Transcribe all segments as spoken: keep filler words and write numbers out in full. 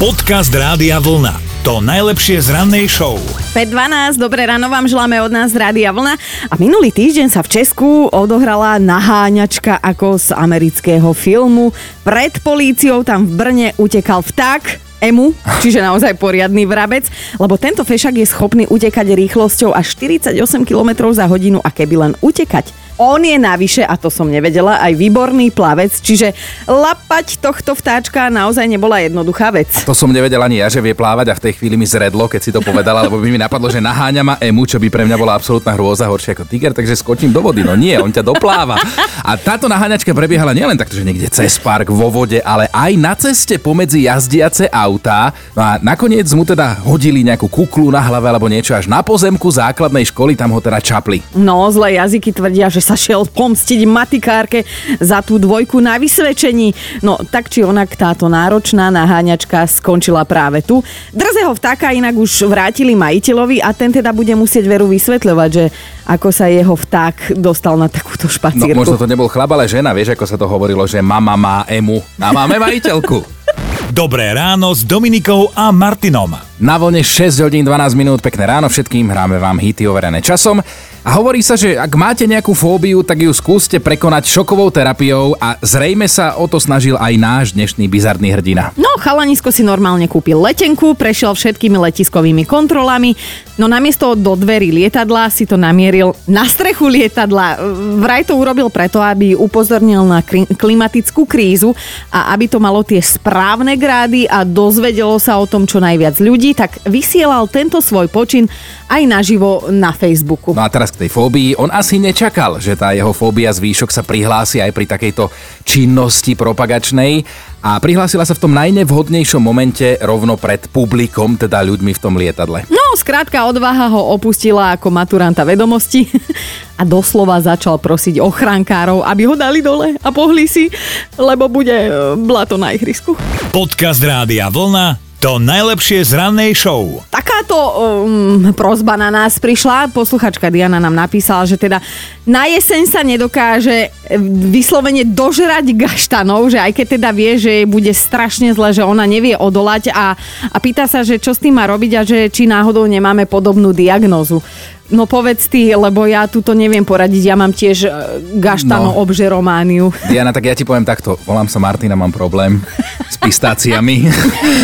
Podcast Rádia Vlna. To najlepšie z rannej show. päť dvanásť, dobré ráno vám želáme od nás z Rádia Vlna. A minulý týždeň sa v Česku odohrala naháňačka ako z amerického filmu. Pred políciou tam v Brne utekal vták, emu, čiže naozaj poriadny vrabec, lebo tento fešák je schopný utekať rýchlosťou až štyridsaťosem kilometrov za hodinu a keby len utekať. On je navyše, a to som nevedela, aj výborný plavec, čiže lapať tohto vtáčka naozaj nebola jednoduchá vec. A to som nevedela ani ja, že vie plávať a v tej chvíli mi zredlo, keď si to povedala, lebo by mi napadlo, že naháňa ma emu, čo by pre mňa bola absolútna hrôza, horšie ako tiger, takže skočím do vody. No nie, on ťa dopláva. A táto naháňačka prebiehala nielen takto, že niekde cez park, vo vode, ale aj na ceste pomedzi jazdiace autá. No a nakoniec mu teda hodili nejakú kuklu na hlave alebo niečo až na pozemku základnej školy, tam ho teda čapli. No, zlé jazyky tvrdia, že sa šiel pomstiť matikárke za tú dvojku na vysvedčení. No, tak či onak táto náročná naháňačka skončila práve tu. Drzého vtáka inak už vrátili majiteľovi a ten teda bude musieť veru vysvetľovať, že ako sa jeho vták dostal na takúto špacírku. No, možno to nebol chlap, ale žena, vieš, ako sa to hovorilo, že mama má emu a máme majiteľku. Dobré ráno s Dominikou a Martinom. Na vlne šesť hodín dvanásť minút, pekné ráno všetkým, hráme vám hity overené časom. A hovorí sa, že ak máte nejakú fóbiu, tak ju skúste prekonať šokovou terapiou a zrejme sa o to snažil aj náš dnešný bizarný hrdina. No, chalanisko si normálne kúpil letenku, prešiel všetkými letiskovými kontrolami, no namiesto do dverí lietadla si to namieril na strechu lietadla. Vraj to urobil preto, aby upozornil na klimatickú krízu a aby to malo tie správne grády a dozvedelo sa o tom čo najviac ľudí, tak vysielal tento svoj počin aj naživo na Facebooku. No a teraz k tej fóbii. On asi nečakal, že tá jeho fóbia zvýšok sa prihlási aj pri takejto činnosti propagačnej a prihlásila sa v tom najnevhodnejšom momente rovno pred publikom, teda ľuďmi v tom lietadle. No, skrátka odvaha ho opustila ako maturanta vedomosti a doslova začal prosiť ochrankárov, aby ho dali dole a pohli si, lebo bude blato na ihrisku. Podcast Rádia Vlna. To najlepšie z rannej show. Takáto um, prosba na nás prišla. Posluchačka Diana nám napísala, že teda na jeseň sa nedokáže vyslovene dožrať gaštanov, že aj keď teda vie, že bude strašne zle, že ona nevie odolať a, a pýta sa, že čo s tým má robiť a že či náhodou nemáme podobnú diagnózu. No povedz ty, lebo ja tuto neviem poradiť, ja mám tiež gaštano no. obžeromániu. Diana, tak ja ti poviem takto, volám sa Martina, mám problém s pistáciami.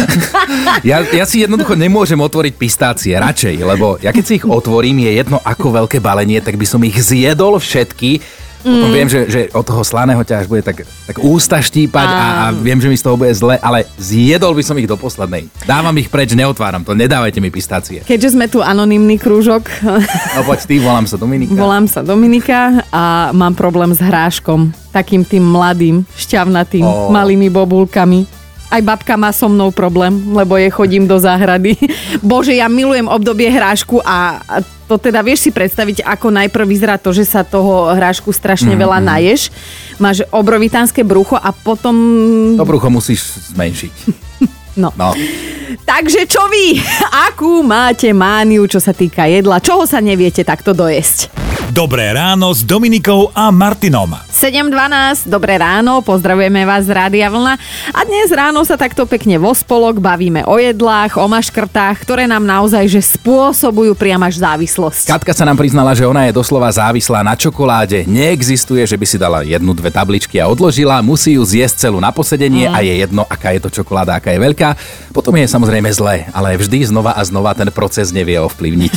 ja, ja si jednoducho nemôžem otvoriť pistácie, radšej, lebo ja keď si ich otvorím, je jedno ako veľké balenie, tak by som ich zjedol všetky. Potom mm. viem, že, že od toho slaného ťa až bude tak, tak ústa štípať a, a viem, že mi z toho bude zle, ale zjedol by som ich do poslednej. Dávam ich preč, neotváram to, nedávajte mi pistácie. Keďže sme tu anonymný krúžok. No poď ty, volám sa Dominika. Volám sa Dominika a mám problém s hráškom. Takým tým mladým, šťavnatým, oh. malými bobulkami. Aj babka má so mnou problém, lebo je chodím do záhrady. Bože, ja milujem obdobie hrášku a to teda vieš si predstaviť, ako najprv vyzerá to, že sa toho hrášku strašne mm-hmm. veľa naješ. Máš obrovitánske brucho a potom... To brucho musíš zmenšiť. No. no. Takže čo vy? Akú máte mániu, čo sa týka jedla? Čoho sa neviete takto dojesť? Dobré ráno s Dominikou a Martinom. sedem dvanásť, dobré ráno, pozdravujeme vás z Rádia Vlna. A dnes ráno sa takto pekne vo spolok bavíme o jedlách, o maškrtách, ktoré nám naozaj že spôsobujú priam až závislosť. Katka sa nám priznala, že ona je doslova závislá na čokoláde. Neexistuje, že by si dala jednu, dve tabličky a odložila, musí ju zjesť celú na posedenie mm. a je jedno, aká je to čokoláda, aká je veľká. Potom je samozrejme zlé, ale vždy znova a znova ten proces nevie ovplyvniť.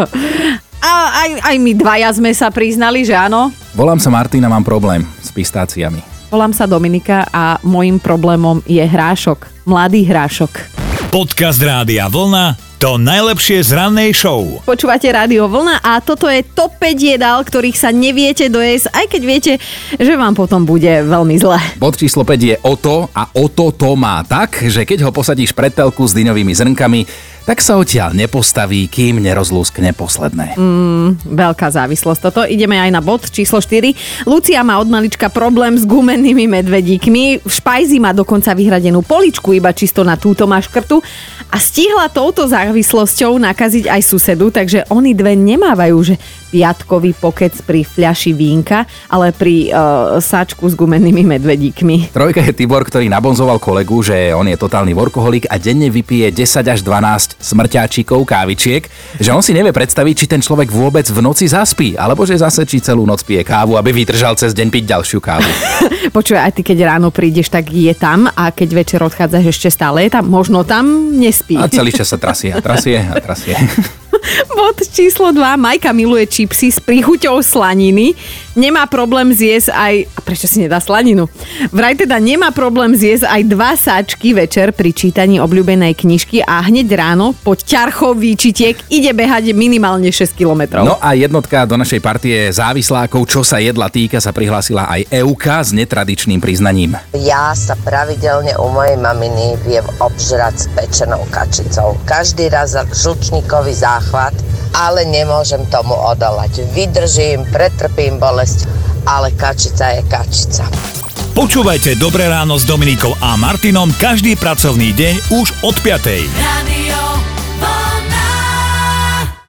A aj, aj my dvaja sme sa priznali, že áno? Volám sa Martina, mám problém s pistáciami. Volám sa Dominika a môjim problémom je hrášok. Mladý hrášok. Podcast Rádia Vlna. To najlepšie z rannej show. Počúvate Rádio Vlna a toto je top päť jedál, ktorých sa neviete dojesť, aj keď viete, že vám potom bude veľmi zle. Bod číslo päť je Oto a Oto to má tak, že keď ho posadíš pred telku s dyňovými zrnkami, tak sa odtiaľ nepostaví, kým nerozlúskne posledné. Mm, veľká závislosť toto. Ideme aj na bod číslo štyri. Lucia má od malička problém s gumennými medvedíkmi. V špajzi má dokonca vyhradenú poličku iba čisto na túto maškrtu a stihla touto závislosťou nakaziť aj susedu, takže oni dve nemávajú, že piatkový pokec pri fľaši vínka, ale pri uh, sáčku s gumennými medvedíkmi. Trojka je Tibor, ktorý nabonzoval kolegu, že on je totálny workoholik a denne vypije desať až dvanásť smrťáčikov kávičiek, že on si nevie predstaviť, či ten človek vôbec v noci zaspí, alebo že zase či celú noc pije kávu, aby vydržal cez deň piť ďalšiu kávu. Počuj, aj ty keď ráno prídeš, tak je tam a keď večer odchádzaš, ešte stále je tam, možno tam nespí. A celý čas sa trasie a trasie a trasie. Bod číslo dva. Majka miluje čipsy s príchuťou slaniny. Nemá problém zjesť aj... A prečo si nedá slaninu? Vraj teda nemá problém zjesť aj dva sáčky večer pri čítaní obľúbenej knižky a hneď ráno pod ťarchou výčitiek ide behať minimálne šesť kilometrov. No a jednotka do našej partie závislákov, čo sa jedla týka, sa prihlásila aj Euka s netradičným priznaním. Ja sa pravidelne u mojej maminy viem obžrať s pečenou kačicou. Každý raz žlčníkový záchvat, ale nemôžem tomu odolať. Vydržím, pretrpím bolesť, ale kačica je kačica. Počúvajte Dobré ráno s Dominikou a Martinom každý pracovný deň už od piatej.